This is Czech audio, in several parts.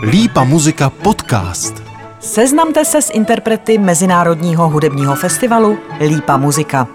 Lípa Muzika podcast. Seznamte se s interprety Mezinárodního hudebního festivalu Lípa Muzika.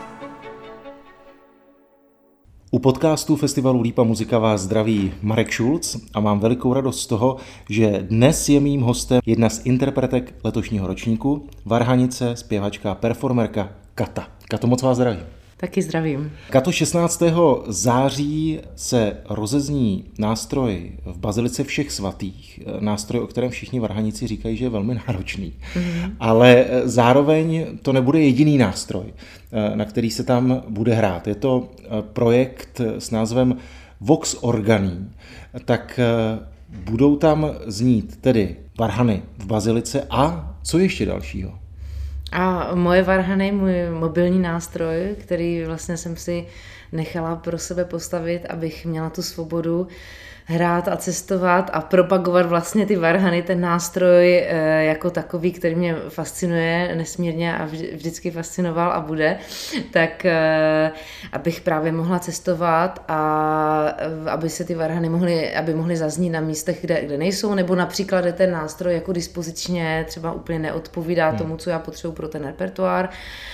U podcastu festivalu Lípa Muzika vás zdraví Marek Šulc a mám velikou radost z toho, že dnes je mým hostem jedna z interpretek letošního ročníku, varhanice, zpěvačka, performerka Kata. Kato, moc vás zdravím. Taky zdravím. Kato, 16. září se rozezní nástroj v Bazilice všech svatých, nástroj, o kterém všichni varhanici říkají, že je velmi náročný, ale zároveň to nebude jediný nástroj, na který se tam bude hrát. Je to projekt s názvem Vox Organi, tak budou tam znít tedy varhany v Bazilice a co ještě dalšího? A moje varhany, můj mobilní nástroj, který vlastně jsem si nechala pro sebe postavit, abych měla tu svobodu hrát a cestovat a propagovat vlastně ty varhany, ten nástroj jako takový, který mě fascinuje nesmírně a vždycky fascinoval a bude, tak abych právě mohla cestovat a aby se ty varhany mohly zaznít na místech, kde nejsou, nebo například ten nástroj jako dispozičně třeba úplně neodpovídá tomu, co já potřebuji pro ten repertoár.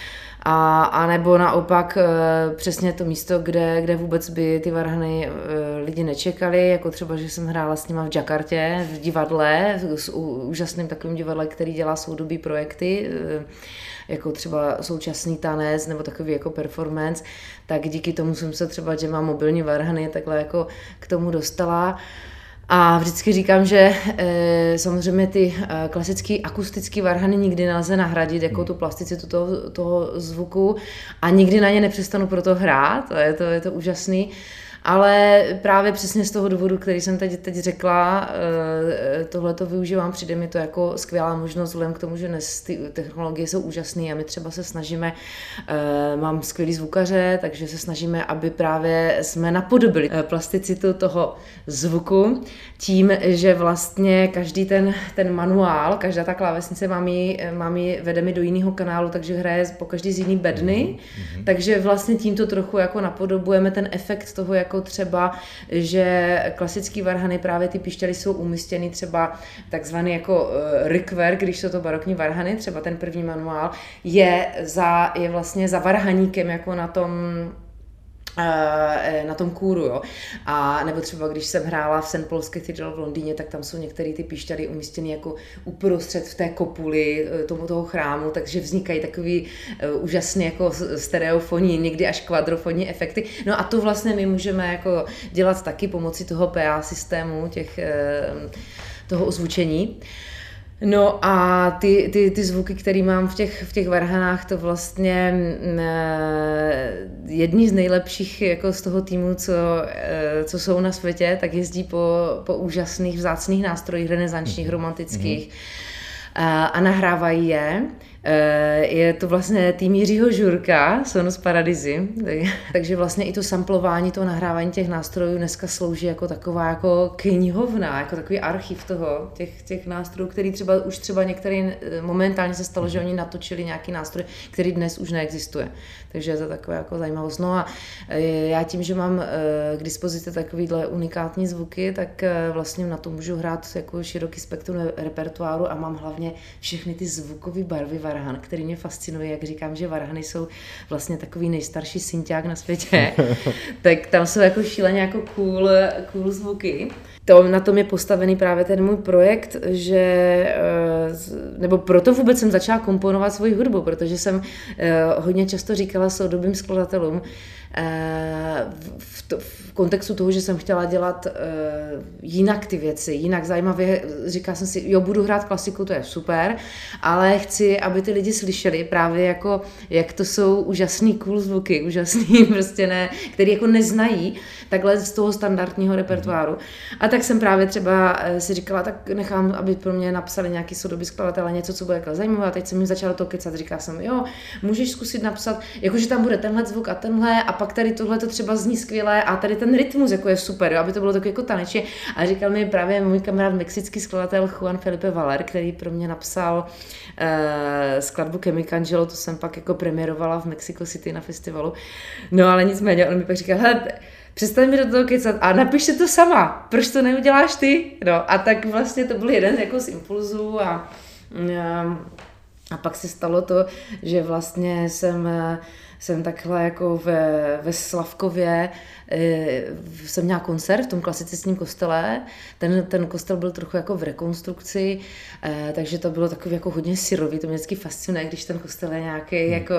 A nebo naopak přesně to místo, kde vůbec by ty varhany lidi nečekali, jako třeba, že jsem hrála s nima v Jakartě, v divadle, s úžasným takovým divadlem, který dělá soudobý projekty, jako třeba současný tanec nebo takový jako performance, tak díky tomu jsem se třeba, že mám mobilní varhany, takhle jako k tomu dostala. A vždycky říkám, že samozřejmě ty klasické akustické varhany nikdy nelze nahradit jako tu plasticitu toho zvuku a nikdy na ně nepřestanu proto hrát, je to úžasný. Ale právě přesně z toho důvodu, který jsem teď řekla, tohleto využívám, přijde mi to jako skvělá možnost, vzhledem k tomu, že dnes ty technologie jsou úžasné a my třeba se snažíme, mám skvělý zvukaře, takže se snažíme, aby právě jsme napodobili plasticitu toho zvuku tím, že vlastně každý ten manuál, každá ta klávesnice vede mi do jiného kanálu, takže hraje po každý z jiný bedny, takže vlastně tímto trochu jako napodobujeme ten efekt toho, jako třeba, že klasický varhany, právě ty píšťaly jsou umístěny třeba takzvaný jako rykverk, když jsou to barokní varhany, třeba ten první manuál, je vlastně za varhaníkem jako na tom kůru, jo. A nebo třeba, když jsem hrála v St. Paul's Cathedral v Londýně, tak tam jsou některé ty píšťaly umístěny jako uprostřed v té kopuli toho chrámu, takže vznikají takový úžasný jako stereofonní, někdy až kvadrofonní efekty. No a to vlastně my můžeme jako dělat taky pomocí toho PA systému, toho ozvučení. No a ty zvuky, které mám v těch varhanách, to vlastně jedni z nejlepších jako z toho týmu, co jsou na světě, tak jezdí po úžasných, vzácných nástrojích, renesančních, romantických a nahrávají je. Je to vlastně tým Jiřího Žurka, Sonus Paradisi, takže vlastně i to samplování, to nahrávání těch nástrojů dneska slouží jako taková jako knihovna, jako takový archiv toho, těch nástrojů, který třeba některý momentálně se stalo, že oni natočili nějaký nástroj, který dnes už neexistuje. Takže je to taková jako zajímavost. No a já tím, že mám k dispozici takovýhle unikátní zvuky, tak vlastně na to můžu hrát jako široký spektrum repertoáru a mám hlavně všechny ty zvukové barvy varhan, který mě fascinuje, jak říkám, že varhany jsou vlastně takový nejstarší synťák na světě, tak tam jsou jako šíleně jako cool zvuky. Na tom je postavený právě ten můj projekt, nebo proto vůbec jsem začala komponovat svoji hudbu, protože jsem hodně často říkala soudobým skladatelům, v kontextu toho, že jsem chtěla dělat jinak ty věci, jinak zajímavě, říkala jsem si, jo, budu hrát klasiku, to je super, ale chci, aby ty lidi slyšeli právě jako, jak to jsou úžasný cool zvuky, úžasný prostě ne, který jako neznají takhle z toho standardního repertoáru. A tak jsem právě třeba si říkala, tak nechám, aby pro mě napsali nějaký soudobý skladatel, něco, co bude jako zajímavé. A teď jsem jim začala to kecat, říkala jsem, jo, můžeš zkusit napsat, jakože tam bude tenhle zvuk a tenhle, a pak tady tohle to třeba zní skvěle a tady ten rytmus jako je super, jo, aby to bylo takový jako tanečně. A říkal mi právě můj kamarád mexický skladatel Juan Felipe Valer, který pro mě napsal skladbu Chemicangelo, to jsem pak jako premiérovala v Mexico City na festivalu. No ale nicméně on mi pak říkal, hele, přestaň mi do toho kecat a napiš si to sama, proč to neuděláš ty? No a tak vlastně to byl jeden jako z impulzů a pak se stalo to, že vlastně jsem takhle jako ve Slavkově, jsem měla koncert v tom klasicistním kostele, ten kostel byl trochu jako v rekonstrukci, takže to bylo takový jako hodně syrový, to mě vždycky fascinuje, když ten kostel je nějaký jako,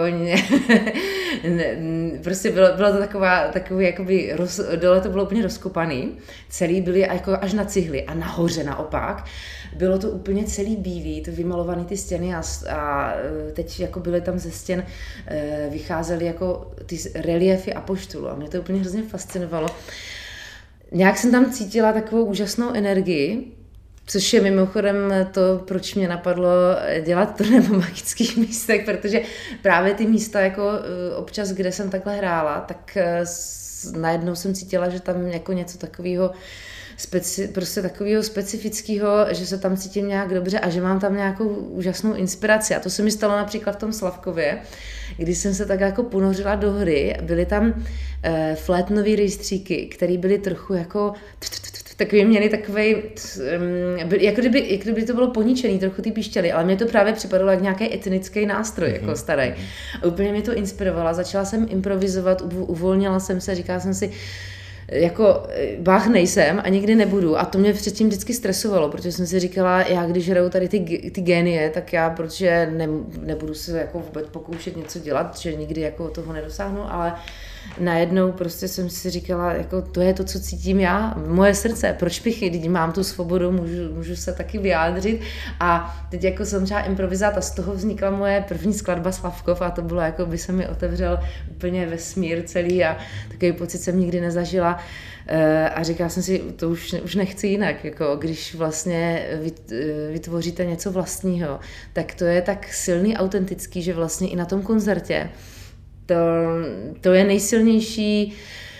prostě bylo to takový jakoby, dole to bylo úplně rozkopaný, celý byly jako až na cihly a nahoře naopak, bylo to úplně celý bílý, to vymalované ty stěny a teď jako byly tam ze stěn, vycházely jako ty reliefy apoštolů a mě to úplně hrozně fascinovalo. Nějak jsem tam cítila takovou úžasnou energii, což je mimochodem to, proč mě napadlo dělat to na magických místech, protože právě ty místa jako občas, kde jsem takhle hrála, tak najednou jsem cítila, že tam jako něco takového prostě takového specifického, že se tam cítím nějak dobře a že mám tam nějakou úžasnou inspiraci. A to se mi stalo například v tom Slavkově, kdy jsem se tak jako ponořila do hry. Byly tam flétnový rejstříky, které byly trochu jako takový, měli takovej, jako kdyby to bylo poničený, trochu ty píšťaly, ale mě to právě připadalo jak nějaký etnický nástroj, jako starý. A úplně mě to inspirovalo. Začala jsem improvizovat, uvolnila jsem se, říkala jsem si, jako Bach nejsem a nikdy nebudu a to mě předtím vždycky stresovalo, protože jsem si říkala, já když hraju tady ty génie, tak já, protože nebudu se jako vůbec pokoušet něco dělat, že nikdy jako toho nedosáhnu, ale najednou prostě jsem si říkala, jako to je to, co cítím já, moje srdce, proč bych, když mám tu svobodu, můžu se taky vyjádřit a teď jako jsem třeba improvizovat a z toho vznikla moje první skladba Slavkov a to bylo jako by se mi otevřel úplně vesmír celý a takový pocit jsem nikdy nezažila a říkala jsem si, to už nechci jinak, jako když vlastně vytvoříte něco vlastního, tak to je tak silný, autentický, že vlastně i na tom koncertě to je nejsilnější,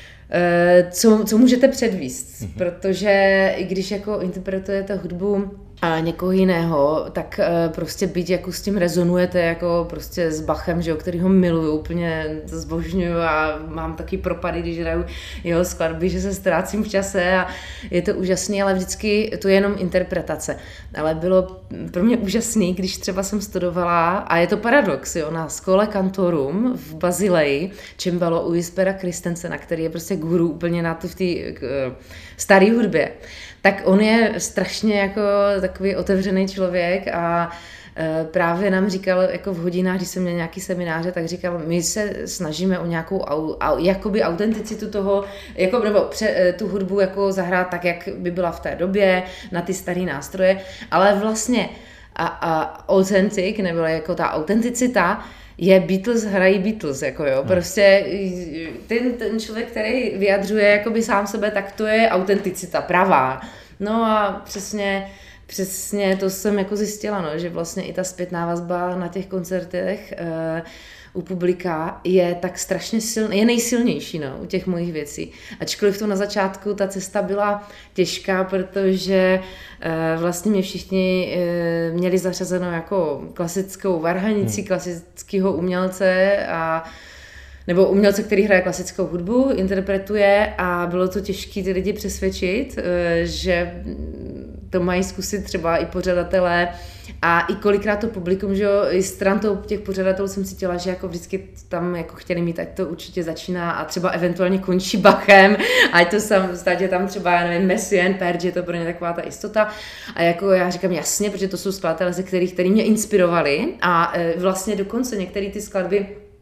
co můžete předvíst, protože i když jako interpretujete hudbu někoho jiného, tak prostě být jako s tím rezonujete jako prostě s Bachem, že jo, který ho miluju, úplně zbožňuju a mám taky propady, když hraju jeho skladby, že se ztrácím v čase a je to úžasný, ale vždycky to je jenom interpretace. Ale bylo pro mě úžasný, když třeba jsem studovala, a je to paradox, jo, na Schole Cantorum v Basileji, cembalo u Jispera Christensena, který je prostě guru úplně na v té staré hudbě, tak on je strašně jako takový otevřený člověk a právě nám říkal jako v hodinách, když jsem měl nějaký semináře, tak říkal, my se snažíme o nějakou jakoby autenticitu toho, jako, nebo tu hudbu jako zahrát tak, jak by byla v té době, na ty staré nástroje, ale vlastně authentic, nebo jako ta autenticita, je Beatles, hrají Beatles, jako jo, prostě ten člověk, který vyjadřuje jakoby sám sebe, tak to je autenticita, pravá. No a přesně to jsem jako zjistila, no, že vlastně i ta zpětná vazba na těch koncertech u publika je tak strašně silná, je nejsilnější, no, u těch mojich věcí. Ačkoliv to na začátku ta cesta byla těžká, protože vlastně mě všichni měli zařazeno jako klasickou varhanici, klasického umělce nebo umělce, který hraje klasickou hudbu, interpretuje a bylo to těžké ty lidi přesvědčit, že to mají zkusit třeba i pořadatelé a i kolikrát to publikum, že jo, i stran těch pořadatelů jsem cítila, že jako vždycky tam jako chtěli mít, ať to určitě začíná a třeba eventuálně končí Bachem, ať to státě tam třeba, já nevím, Messiaen, Perge, je to pro ně taková ta jistota a jako já říkám jasně, protože to jsou skladatelé, který mě inspirovali a vlastně dokonce některé ty skladby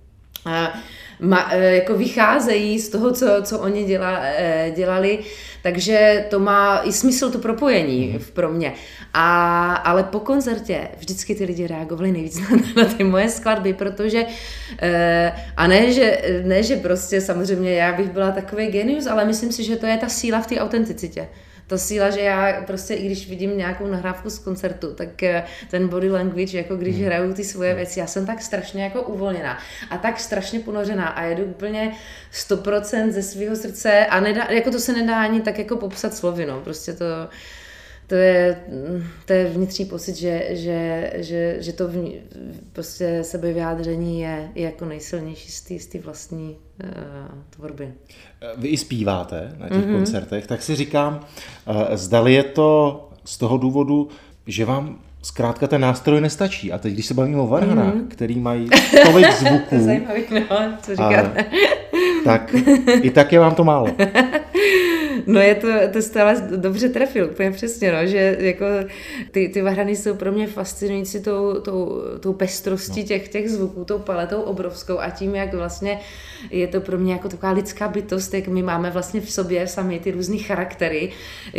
jako vycházejí z toho, co oni dělali, takže to má i smysl, to propojení pro mě. Ale po koncertě vždycky ty lidi reagovali nejvíc na ty moje skladby, protože a ne, že prostě samozřejmě já bych byla takový genius, ale myslím si, že to je ta síla v té autenticitě. Ta síla, že já prostě, i když vidím nějakou nahrávku z koncertu, tak ten body language, jako když hraju ty svoje věci, já jsem tak strašně jako uvolněná a tak strašně ponořená a jedu úplně 100% ze svého srdce a jako to se nedá ani tak jako popsat slovy, no, prostě to je vnitřní pocit, že to prostě sebevyjádření je jako nejsilnější z té vlastní tvorby. Vy i zpíváte na těch koncertech, tak si říkám, zdali je to z toho důvodu, že vám zkrátka ten nástroj nestačí. A teď, když se bavíme o varhanách, který mají tolik zvuků, zajímavý, no, co říkáte. Tak i tak je vám to málo. No to jste ale dobře trefil, úplně přesně, no, že jako ty varhany jsou pro mě fascinující tou pestrostí těch zvuků, tou paletou obrovskou a tím, jak vlastně je to pro mě jako taková lidská bytost, jak my máme vlastně v sobě sami ty různý charaktery,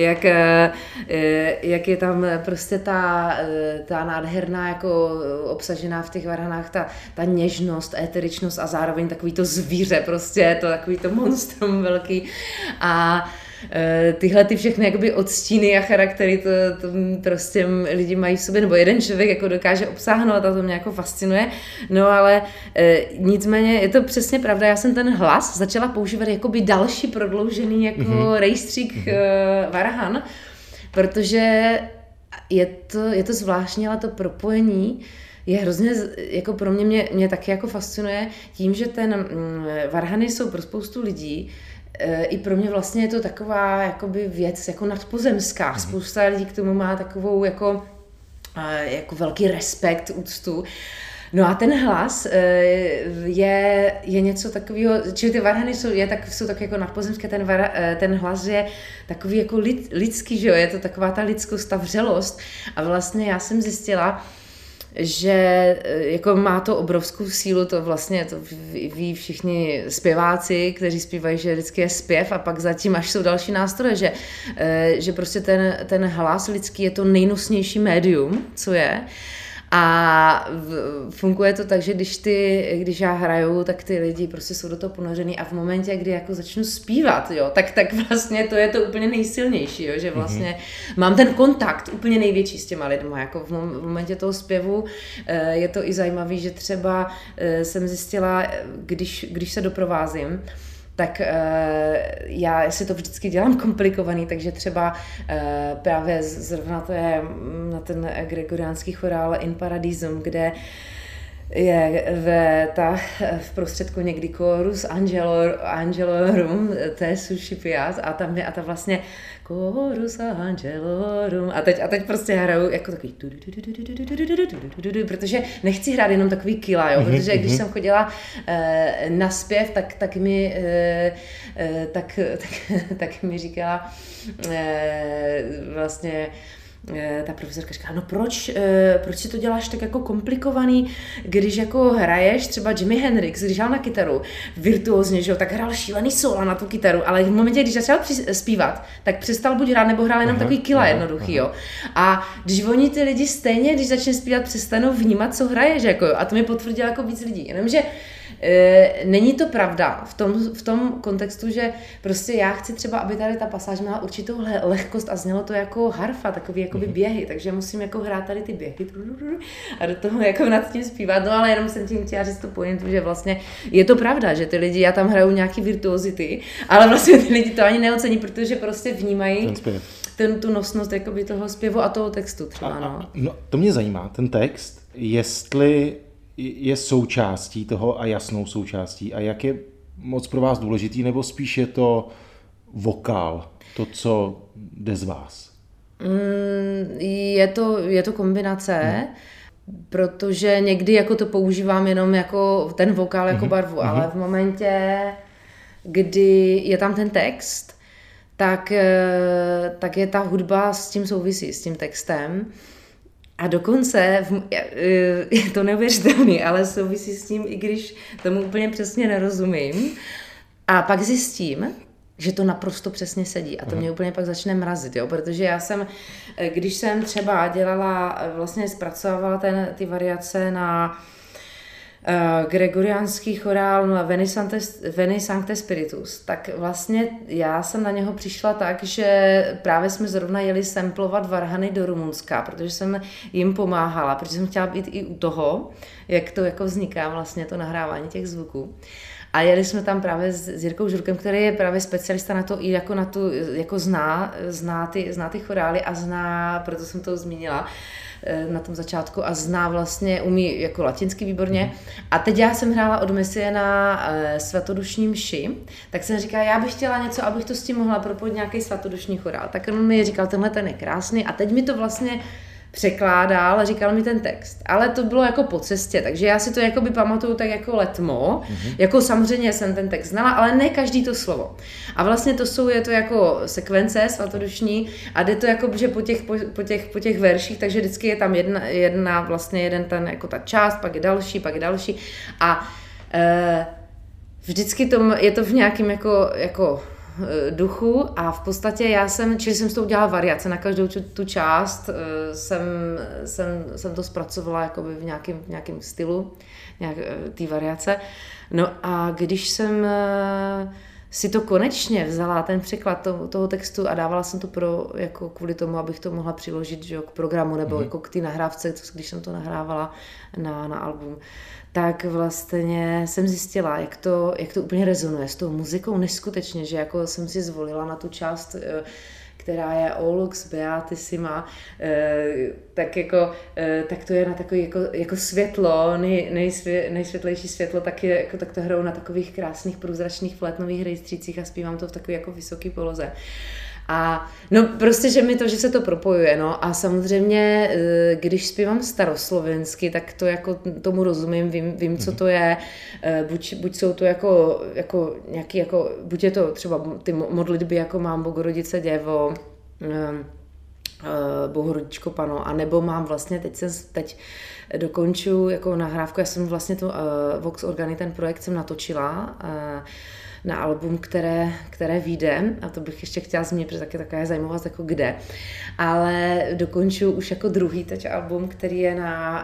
jak je tam prostě ta nádherná jako obsažená v těch varhanách, ta něžnost, éteričnost a zároveň takový to zvíře prostě, to takový to monstrum velký a tyhle ty všechny jakoby odstíny a charaktery, to prostě lidi mají v sobě, nebo jeden člověk jako dokáže obsáhnout a to mě jako fascinuje, no ale nicméně je to přesně pravda, já jsem ten hlas začala používat jakoby další prodloužený jako rejstřík varhan, protože je to zvláštní, ale to propojení je hrozně, jako pro mě taky jako fascinuje tím, že varhany jsou pro spoustu lidí, i pro mě vlastně je to taková jakoby věc jako nadpozemská. Spousta lidí k tomu má takovou jako velký respekt, úctu. No a ten hlas je něco takového, čili ty varhany jsou tak jako nadpozemské, ten hlas je takový jako lidský, že jo, je to taková ta lidskost, ta vřelost. A vlastně já jsem zjistila, že jako má to obrovskou sílu, to vlastně to ví všichni zpěváci, kteří zpívají, že vždycky je zpěv a pak zatím až jsou další nástroje, že prostě ten hlas lidský je to nejnosnější médium, co je. A funguje to tak, že když já hraju, tak ty lidi prostě jsou do toho ponořený a v momentě, kdy jako začnu zpívat, jo, tak vlastně to je to úplně nejsilnější, jo, že vlastně mám ten kontakt úplně největší s těma lidma, jako v momentě toho zpěvu je to i zajímavý, že třeba jsem zjistila, když se doprovázím, tak já si to vždycky dělám komplikovaný, takže třeba právě zrovna to je na ten gregoriánský chorál In Paradisum, kde je v prostředku někdy chorus angelorum, to je suscipiat a tam je a ta vlastně chorus angelorum a teď prostě hraju jako takový protože nechci hrát jenom takový kila, jo, protože když jsem chodila na zpěv, tak mi říkala vlastně ta profesorka říká, no proč si to děláš tak jako komplikovaný, když jako hraješ třeba Jimi Hendrix, když hrál na kytaru virtuózně, že jo, tak hrál šílený sóla na tu kytaru, ale v momentě, když začal zpívat, tak přestal buď hrát, nebo hrál jenom takový kila jednoduchý, jo. A když oni ty lidi stejně, když začne zpívat, přestanou vnímat, co hraješ, jako jo, a to mi potvrdilo jako víc lidí, jenomže není to pravda v tom kontextu, že prostě já chci třeba, aby tady ta pasáž měla určitou lehkost a znělo to jako harfa, takový jakoby běhy, takže musím jako hrát tady ty běhy a do toho jako nad tím zpívat, no ale jenom jsem tím chtěla říct tu pointu, že vlastně je to pravda, že ty lidi, já tam hraju nějaký virtuozity, ale vlastně ty lidi to ani neocení, protože prostě vnímají tu nosnost jakoby toho zpěvu a toho textu třeba, no. No, to mě zajímá, ten text, jestli je součástí toho a jasnou součástí a jak je moc pro vás důležitý, nebo spíš je to vokál, to, co jde z vás? Je to kombinace, protože někdy jako to používám jenom jako ten vokál jako barvu, ale v momentě, kdy je tam ten text, tak je ta hudba s tím souvisí, s tím textem. A dokonce, je to neuvěřitelný, ale souvisí s tím, i když tomu úplně přesně nerozumím. A pak zjistím, že to naprosto přesně sedí. A to mě úplně pak začne mrazit, jo? Protože když jsem třeba vlastně zpracovávala ty variace na gregoriánský chorál Veni Sancte Spiritus, tak vlastně já jsem na něho přišla tak, že právě jsme zrovna jeli samplovat varhany do Rumunska, protože jsem jim pomáhala, protože jsem chtěla být i u toho, jak to jako vzniká vlastně to nahrávání těch zvuků. A jeli jsme tam právě s Jirkou Žurkem, který je právě specialista na to, i jako zná ty chorály a zná, proto jsem to zmínila na tom začátku, a zná vlastně, umí jako latinsky výborně. A teď já jsem hrála od Messie na svatodušní mši, tak jsem říkala, já bych chtěla něco, abych to s tím mohla propojit nějaký svatodušní chorál. Tak on mi říkal, tenhle ten je krásný, a teď mi to vlastně překládal a říkal mi ten text. Ale to bylo jako po cestě, takže já si to jakoby pamatuju tak jako letmo. Jako samozřejmě jsem ten text znala, ale ne každý to slovo. A vlastně je to jako sekvence svatodušní a jde to jako, že po těch verších, takže vždycky je tam jedna vlastně jeden ten, jako ta část, pak je další. A vždycky je to v nějakým jako duchu a v podstatě čili jsem s tou udělala variace, na každou tu část jsem to zpracovala jakoby v nějakém stylu, té variace. No a když jsem si to konečně vzala, ten překlad toho textu, a dávala jsem to jako kvůli tomu, abych to mohla přiložit, že, k programu nebo jako k té nahrávce, když jsem to nahrávala na album, tak vlastně jsem zjistila, jak to úplně rezonuje s tou muzikou neskutečně, že jako jsem si zvolila na tu část, která je O Lux Beatissima, tak to je na takový jako světlo, nejsvětlejší světlo, tak to hrajou na takových krásných průzračných flétnových rejstřících a zpívám to v takové jako vysoké poloze. A no prostě, že se to propojuje, no, a samozřejmě, když zpívám staroslovensky, tak to jako tomu rozumím, vím, co to je, buď jsou to jako nějaký, jako, buď je to třeba ty modlitby, jako mám Bogorodice Děvo, Bohorodičko Pano, anebo mám vlastně, teď dokončuji jako nahrávku, já jsem vlastně tu Vox Organy, ten projekt jsem natočila, na album, které vyjde, a to bych ještě chtěla zmínit, protože taky taková zajímavost, jako kde. Ale dokončuji už jako druhý teď album, který je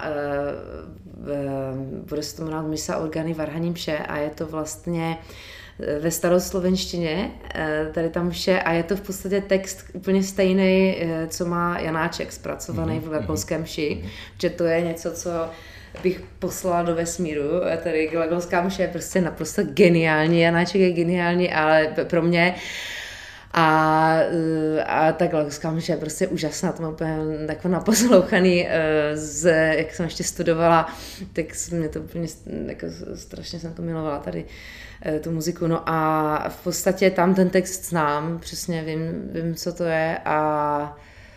bude se to jmenovat Misa Organy Varhaní mše, a je to vlastně ve staroslovenštině, tady tam mše, a je to v podstatě text úplně stejný, co má Janáček zpracovaný v glagolském mši, že to je něco, co bych poslala do vesmíru. Tady glagolská mše je prostě naprosto geniální, Janáček je geniální, ale pro mě a ta glagolská mše je prostě úžasná, to mám úplně takové naposlouchaný, jak jsem ještě studovala, tak mě to úplně jako strašně jsem to milovala tady, tu muziku, no a v podstatě tam ten text znám, přesně vím, co to je, a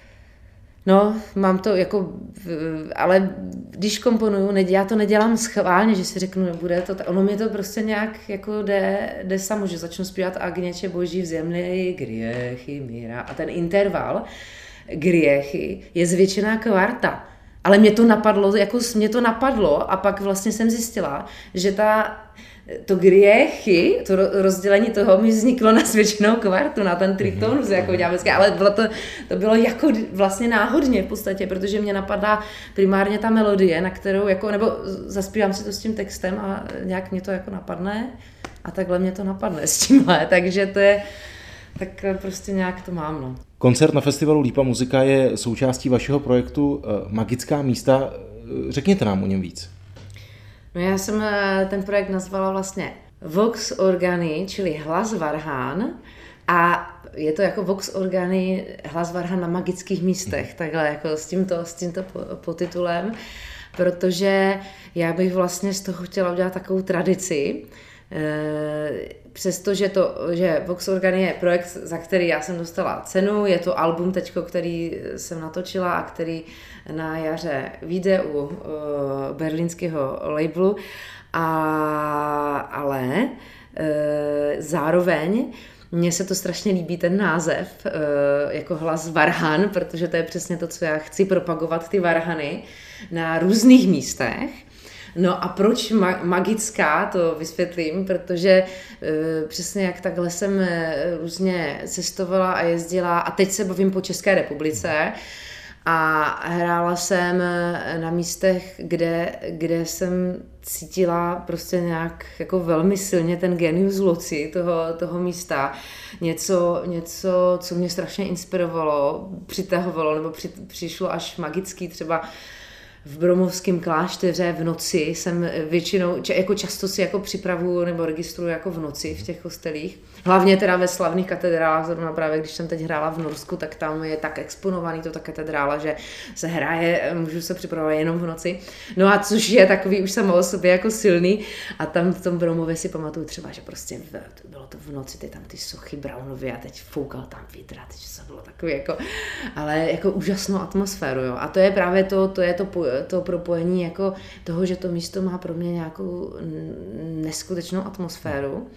no, mám to jako, ale když komponuju, já to nedělám schválně, že si řeknu, bude to, ono mi to prostě nějak jako jde samo, že začnu zpívat Agněče Boží v zemli, griechy, míra, a ten interval griechy je zvětšená kvarta, ale mě to napadlo a pak vlastně jsem zjistila, že to griechy, to rozdělení toho mi vzniklo na zvětšenou kvartu, na ten tritonus, jako ďábelské, ale to bylo jako vlastně náhodně v podstatě, protože mě napadá primárně ta melodie, na kterou jako, nebo zaspívám si to s tím textem a nějak mě to jako napadne a takhle mě to napadne s tímhle, takže to je, tak prostě nějak to mám, no. Koncert na festivalu Lípa muzika je součástí vašeho projektu Magická místa. Řekněte nám o něm víc. No já jsem ten projekt nazvala vlastně Vox Organy, čili hlas varhán, a je to jako Vox Organy, hlas varhán na magických místech, takhle jako s tímto podtitulem, protože já bych vlastně z toho chtěla udělat takovou tradici, přestože že Vox Organy je projekt, za který já jsem dostala cenu, je to album teďko, který jsem natočila a který na jaře vyjde u berlínského labelu, ale zároveň mně se to strašně líbí, ten název, jako hlas varhan, protože to je přesně to, co já chci propagovat, ty varhany na různých místech. No a proč magická, to vysvětlím, protože přesně jak takhle jsem různě cestovala a jezdila, a teď se bavím po České republice, a hrála jsem na místech, kde jsem cítila prostě nějak jako velmi silně ten genius loci toho místa. Něco, co mě strašně inspirovalo, přitahovalo, nebo přišlo až magický, třeba v Bromovském klášteře v noci jsem většinou, jako často si jako připravuju nebo registruju jako v noci v těch kostelích. Hlavně teda ve slavných katedrálách, zrovna právě když jsem teď hrála v Norsku, tak tam je tak exponovaný to ta katedrála, že se hraje, můžu se připravovat jenom v noci. No a což je takový už samo o sobě jako silný. A tam v tom Bromově si pamatuju třeba, že prostě bylo to v noci, ty tam ty sochy Brownovy a teď foukal tam vítr a teď se bylo takový jako, ale jako úžasnou atmosféru, jo. A to je právě to propojení jako toho, že to místo má pro mě nějakou neskutečnou atmosféru.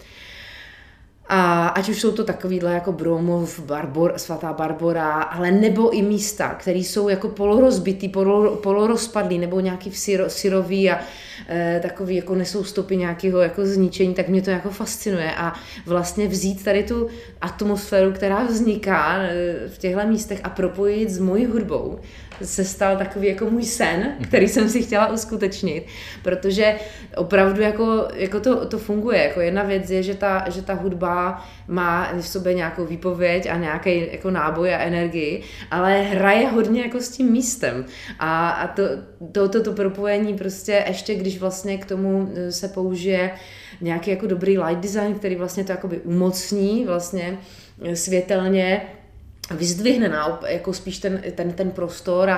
A ať už jsou to takovýhle jako Bromov, svatá Barbora, ale nebo i místa, které jsou jako polorozbitý, polorozpadlý, nebo nějaký syrový a takový jako nesou stopy nějakého jako zničení, tak mě to jako fascinuje. A vlastně vzít tady tu atmosféru, která vzniká v těchto místech a propojit s mojí hudbou, se stal takový jako můj sen, který jsem si chtěla uskutečnit, protože opravdu jako to funguje. Jako jedna věc je, že ta hudba má v sobě nějakou výpověď a nějaký jako náboj a energii, ale hraje hodně jako s tím místem. A to propojení prostě ještě, když vlastně k tomu se použije nějaký jako dobrý light design, který vlastně to jakoby umocní vlastně světelně, vyzdvihne jako spíš ten prostor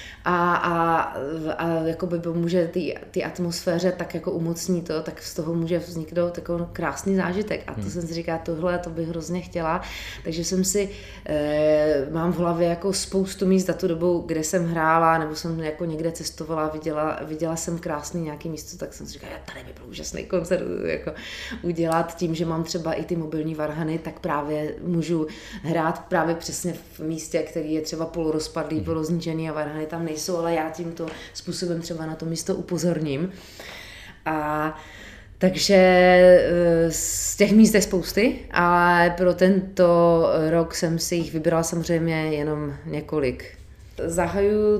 a jakoby pomůže ty atmosféře tak jako umocní to, tak z toho může vzniknout takový krásný zážitek. A to jsem si říkala, to bych hrozně chtěla. Takže jsem si, mám v hlavě jako spoustu míst za tu dobu, kde jsem hrála, nebo jsem jako někde cestovala, viděla jsem krásný nějaký místo, tak jsem si říkala, tady by byl úžasný koncert jako udělat tím, že mám třeba i ty mobilní varhany, tak právě můžu hrát právě přesně v místě, který je třeba polorozpadlý, polozničený a varhany tam nejsou, ale já tímto způsobem třeba na to místo upozorním. A takže z těch míst je spousty, ale pro tento rok jsem si jich vybrala samozřejmě jenom několik. Zahajuju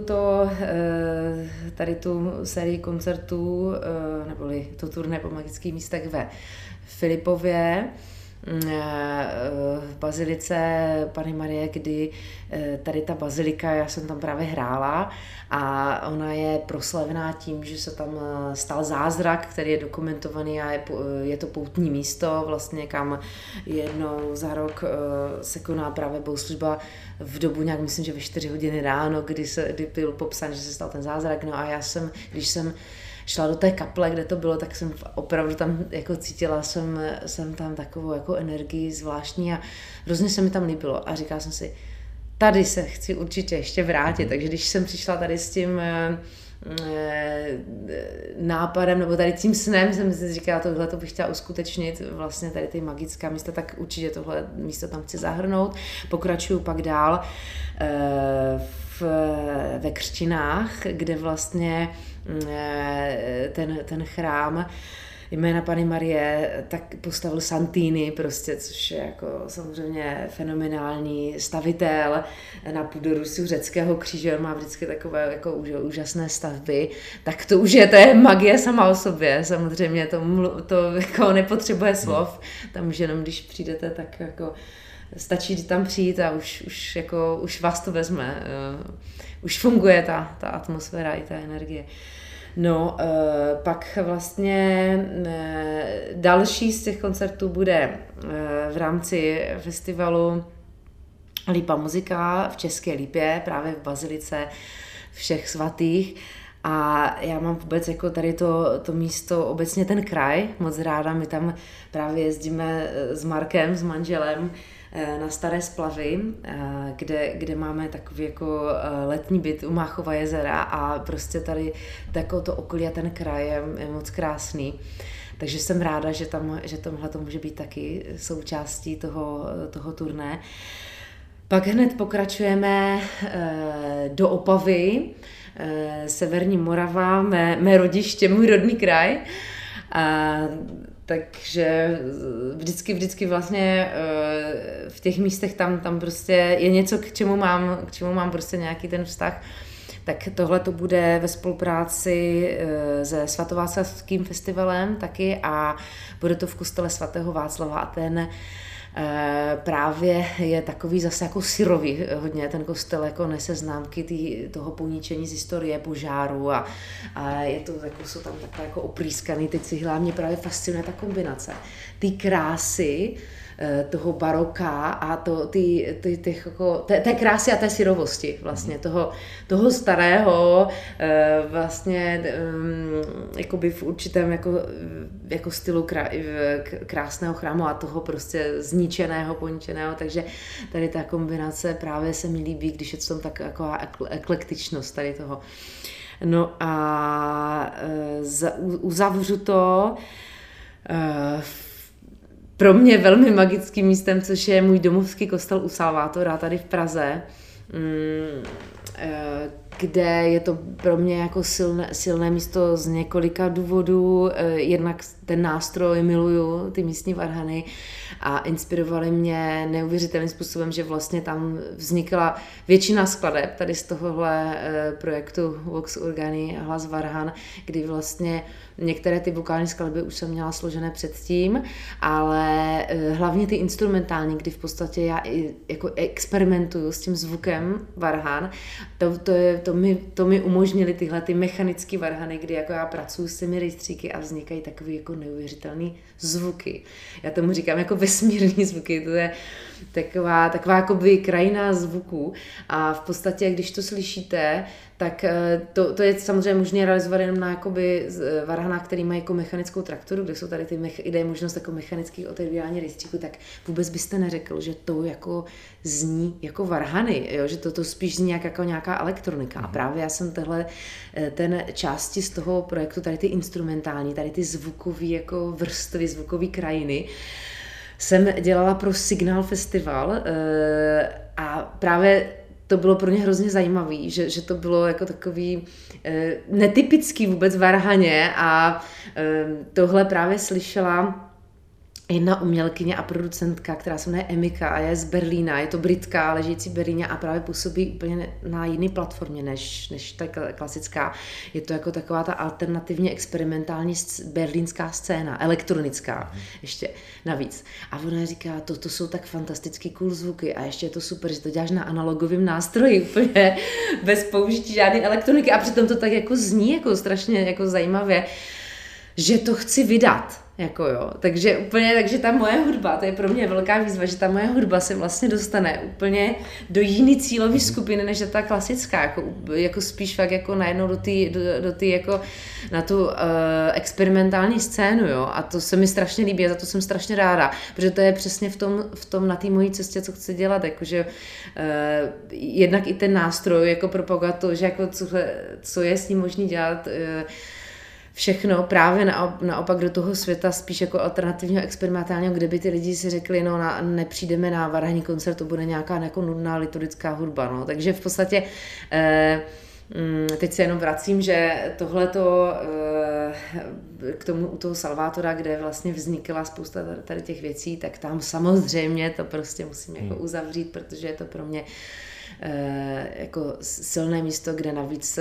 tady tu sérii koncertů, neboli to turné po magických místech ve Filipově, v bazilice Panny Marie, kdy tady ta bazilika, já jsem tam právě hrála a ona je proslavená tím, že se tam stal zázrak, který je dokumentovaný a je to poutní místo, vlastně kam jednou za rok se koná právě bohoslužba v dobu nějak, myslím, že ve 4 hodiny ráno, kdy byl popsán, že se stal ten zázrak. No a když jsem šla do té kaple, kde to bylo, tak jsem opravdu tam jako cítila jsem tam takovou jako energii zvláštní a hrozně se mi tam líbilo a říkala jsem si, tady se chci určitě ještě vrátit, takže když jsem přišla tady s tím nápadem nebo tady tím snem, jsem si říkala, tohle to bych chtěla uskutečnit, vlastně tady ty magická místa, tak určitě tohle místo tam chci zahrnout. Pokračuju pak dál ve Křtinách, kde vlastně ten chrám jména Panny Marie tak postavil Santini, prostě, což je jako samozřejmě fenomenální stavitel na půdorysu řeckého kříže, on má vždycky takové jako úžasné stavby, tak to už je magie sama o sobě, samozřejmě to jako nepotřebuje slov, tam už jenom když přijdete, tak jako stačí tam přijít a už vás to vezme, už funguje ta atmosféra i ta energie. No, pak vlastně další z těch koncertů bude v rámci festivalu Lípa muzika v České Lípě, právě v bazilice Všech svatých. A já mám vůbec jako tady to místo, obecně ten kraj, moc ráda, my tam právě jezdíme s Markem, s manželem, na Staré Splavy, kde máme takový jako letní byt u Máchova jezera a prostě tady jako to okolí a ten kraj je moc krásný. Takže jsem ráda, že tohle to může být taky součástí toho turné. Pak hned pokračujeme do Opavy, Severní Morava, mé rodiště, můj rodný kraj. Takže vždycky vlastně v těch místech tam prostě je něco, k čemu mám prostě nějaký ten vztah. Tak tohle to bude ve spolupráci se Svatováclavským festivalem taky a bude to v kostele svatého Václava a ten právě je takový zase jako syrový hodně, ten kostel jako nese známky toho poničení z historie, požáru a je to, jako, jsou tam takové jako oprýskaný ty cihly a mě právě fascinuje ta kombinace. Ty krásy toho baroka a té krásy a té syrovosti vlastně, toho starého vlastně jakoby v určitém jako stylu krásného chrámu a toho prostě zničeného, poničeného, takže tady ta kombinace právě se mi líbí, když je to tam taková eklektičnost tady toho. No a uzavřu to pro mě velmi magickým místem, což je můj domovský kostel u Salvátora tady v Praze, kde je to pro mě jako silné místo z několika důvodů. Jednak ten nástroj miluju, ty místní varhany a inspirovaly mě neuvěřitelným způsobem, že vlastně tam vznikla většina skladeb tady z tohohle projektu Vox Organi Hlas Varhan, kdy vlastně některé ty vokální skladby už jsem měla složené předtím, ale hlavně ty instrumentální, kdy v podstatě já jako experimentuju s tím zvukem varhan, to mi umožnily tyhle ty mechanické varhany, kdy jako já pracuji s těmi rejstříky a vznikají takové jako neuvěřitelné zvuky. Já tomu říkám jako vesmírný zvuky, to je taková jakoby krajina zvuků a v podstatě, když to slyšíte, tak to je samozřejmě možné realizovat jenom na jakoby varhanách, který mají jako mechanickou trakturu, kde jsou tady kde je možnost jako mechanických otevírání rejstříku, tak vůbec byste neřekl, že to jako zní jako varhany, jo? Že to spíš zní jako nějaká elektronika. A právě já jsem ten části z toho projektu, tady ty instrumentální, tady ty zvukové jako vrstvy, zvukové krajiny, jsem dělala pro Signál Festival a právě to bylo pro ně hrozně zajímavý, že to bylo jako takový netypický vůbec varhaně a tohle právě slyšela jedna umělkyně a producentka, která se jmenuje Emika a je z Berlína, je to Britka, ležící v Berlíně a právě působí úplně na jiné platformě než ta klasická. Je to jako taková ta alternativně experimentální berlínská scéna, elektronická ještě navíc. A ona říká, to jsou tak fantastický cool zvuky a ještě je to super, že to děláš na analogovém nástroji úplně bez použití žádné elektroniky a přitom to tak jako zní jako strašně jako zajímavě, že to chci vydat. Jako jo. Takže ta moje hudba, to je pro mě velká výzva, že ta moje hudba se vlastně dostane úplně do jiný cílové skupiny, než je ta klasická, jako spíš fakt jako najednou do ty jako na tu experimentální scénu, jo. A to se mi strašně líbí a za to jsem strašně ráda, protože to je přesně v tom na té mojí cestě, co chci dělat, jakože jednak i ten nástroj, jako propagovat to, že jako co je s ním možný dělat, všechno právě naopak do toho světa spíš jako alternativního experimentálního, kde by ty lidi si řekli, no nepřijdeme na varhanní koncert, to bude nějaká jako nudná liturgická hudba, no. Takže v podstatě teď se jenom vracím, že tohleto k tomu u toho Salvátora, kde vlastně vznikla spousta tady těch věcí, tak tam samozřejmě to prostě musím jako uzavřít, protože je to jako silné místo, kde navíc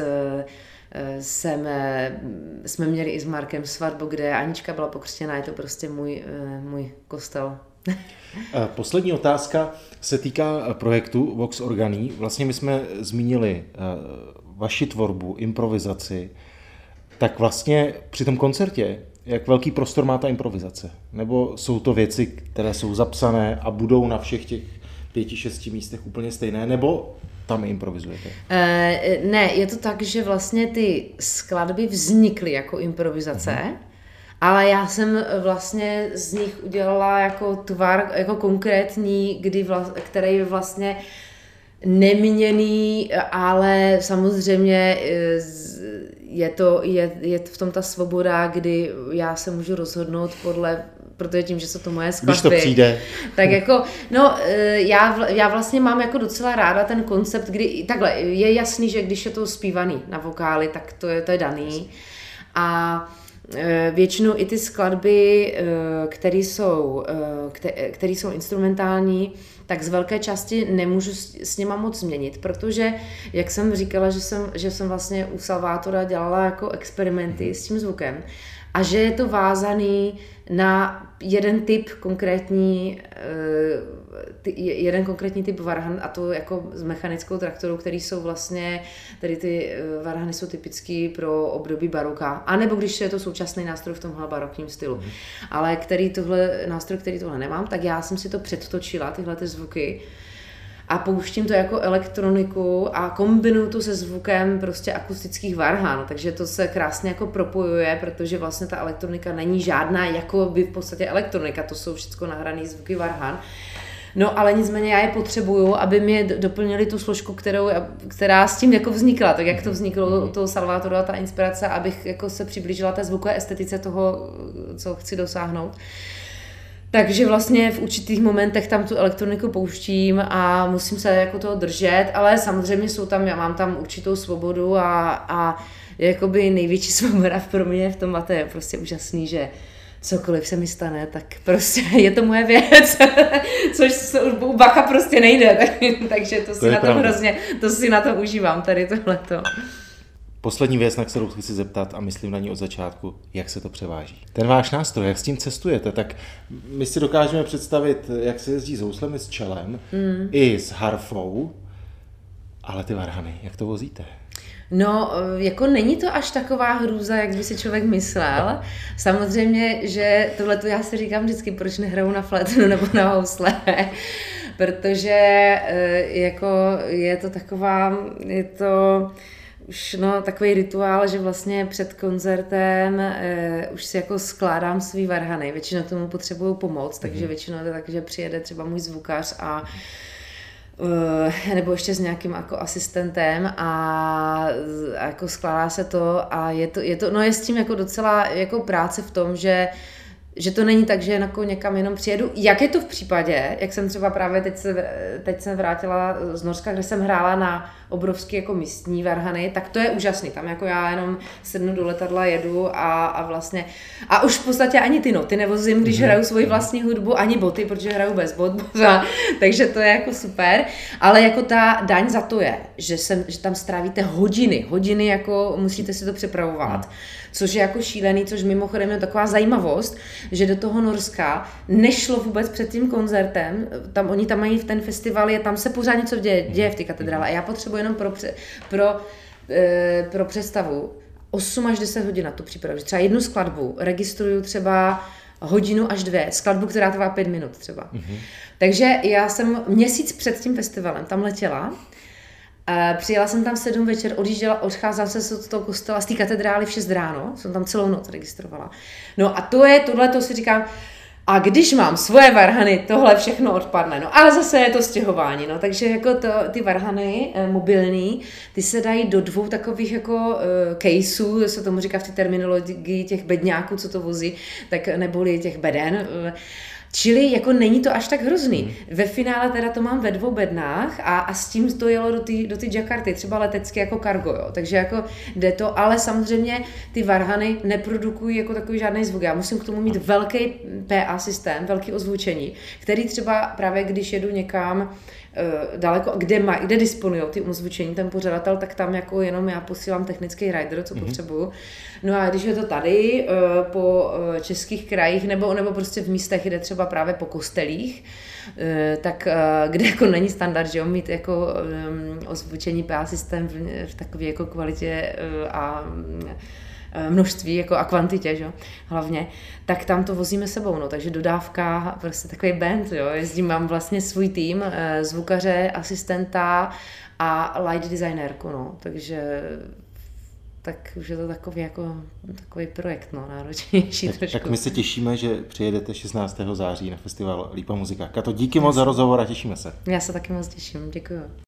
jsme měli i s Markem svatbu, kde Anička byla pokřtěná, je to prostě můj kostel. Poslední otázka se týká projektu Vox Organi. Vlastně my jsme zmínili vaši tvorbu, improvizaci. Tak vlastně při tom koncertě, jak velký prostor má ta improvizace? Nebo jsou to věci, které jsou zapsané a budou na všech těch 5-6 místech úplně stejné? Nebo tam improvizujete? Ne, je to tak, že vlastně ty skladby vznikly jako improvizace, ale já jsem vlastně z nich udělala jako tvar, jako konkrétní, který je vlastně neměnný, ale samozřejmě je v tom ta svoboda, kdy já se můžu rozhodnout protože tím, že jsou to moje skladby. Když to přijde. Tak jako, já vlastně mám jako docela ráda ten koncept, kdy, takhle, je jasný, že když je to zpívaný na vokály, tak to je daný. A většinou i ty skladby, které jsou instrumentální, tak z velké části nemůžu s nima moc změnit, protože, jak jsem říkala, že jsem vlastně u Salvátora dělala jako experimenty s tím zvukem a že je to vázaný na jeden konkrétní typ varhan, a to jako s mechanickou traktorou, který jsou vlastně, tady ty varhany jsou typický pro období baroka, anebo když je to současný nástroj v tomhle barokním stylu. Ale nástroj, který tohle nemám, tak já jsem si to předtočila, tyhle ty zvuky, a pouštím to jako elektroniku a kombinuju to se zvukem prostě akustických varhan, takže to se krásně jako propojuje, protože vlastně ta elektronika není žádná jako by v podstatě elektronika, to jsou všechno nahrané zvuky varhan. No ale nicméně já je potřebuju, aby mi doplnili tu složku, která s tím jako vznikla, tak jak to vzniklo u toho Salvátora, ta inspirace, abych jako se přiblížila té zvukové estetice toho, co chci dosáhnout. Takže vlastně v určitých momentech tam tu elektroniku pouštím a musím se jako toho držet, ale samozřejmě já mám tam určitou svobodu a jakoby největší svoboda pro mě v tom, a to je prostě úžasný, že cokoliv se mi stane, tak prostě je to moje věc, což u Bacha prostě nejde, takže to si na to užívám, tady tohleto. Poslední věc, na kterou chci zeptat a myslím na ní od začátku, jak se to převáží. Ten váš nástroj, jak s tím cestujete, tak my si dokážeme představit, jak se jezdí s houslemi, s čelem, i s harfou, ale ty varhany, jak to vozíte? No, jako není to až taková hrůza, jak by si člověk myslel. Samozřejmě, že tohleto já si říkám vždycky, proč nehraju na flétnu nebo na housle, protože jako je to už takový rituál, že vlastně před koncertem už si jako skládám svý varhany. Většinou tomu potřebuju pomoc, takže většinou je to tak, že přijede třeba můj zvukař a nebo ještě s nějakým jako asistentem a jako skládá se to a je s tím jako docela jako práce v tom, že to není tak, že jako někam jenom přijedu. Jak je to v případě, jak jsem třeba právě teď jsem vrátila z Norska, kde jsem hrála na obrovský jako místní varhany, tak to je úžasný. Tam jako já jenom sednu do letadla, jedu a vlastně a už v podstatě ani ty noty nevozím, když hraju svoji vlastní hudbu, ani boty, protože hraju bez bot, takže to je jako super. Ale jako ta daň za to je, že tam strávíte hodiny jako musíte si to připravovat. Což je jako šílený, což mimochodem je taková zajímavost, že do toho Norska nešlo vůbec před tím koncertem, oni tam mají v ten festival, tam se pořád něco děje v té katedrále a já potřebuji jenom pro představu 8 až 10 hodin na tu přípravu. Třeba jednu skladbu registruju třeba hodinu až 2, skladbu, která trvá 5 minut třeba. Takže já jsem měsíc před tím festivalem tam letěla. Přijela jsem tam 7 večer, odcházela jsem se od toho kostela z té katedrály v 6 ráno, jsem tam celou noc registrovala. No a to si říkám, a když mám svoje varhany, tohle všechno odpadne. No ale zase je to stěhování, no takže jako ty varhany mobilní, ty se dají do 2 takových jako caseů, se tomu říká v té terminologii těch bedňáků, co to vozí, tak neboli těch beden. Čili jako není to až tak hrozný. Ve finále teda to mám ve 2 bednách a s tím to jelo do ty Jakarty, třeba letecky jako cargo, jo. Takže jako jde to, ale samozřejmě ty varhany neprodukují jako takový žádný zvuk. Já musím k tomu mít velký PA systém, velký ozvučení, který třeba právě když jedu někam daleko, kde disponují ty ozvučení, ten pořadatel, tak tam jako jenom já posílám technický rider, co potřebuju. No a když je to tady po českých krajích nebo prostě v místech, kde třeba právě po kostelích, tak kde jako není standard, že jo, mít jako ozvučení PA systém v takové jako kvalitě a množství jako a kvantitě, že? Hlavně, tak tam to vozíme sebou, no, takže dodávka, prostě takový band, jo, mám vlastně svůj tým, zvukaře, asistenta a light designérku, no, takže tak už je to takový projekt, no, náročnější trošku. Tak my se těšíme, že přijedete 16. září na festival Lípa muzika. Kato, díky moc za rozhovor a těšíme se. Já se taky moc těším, děkuju.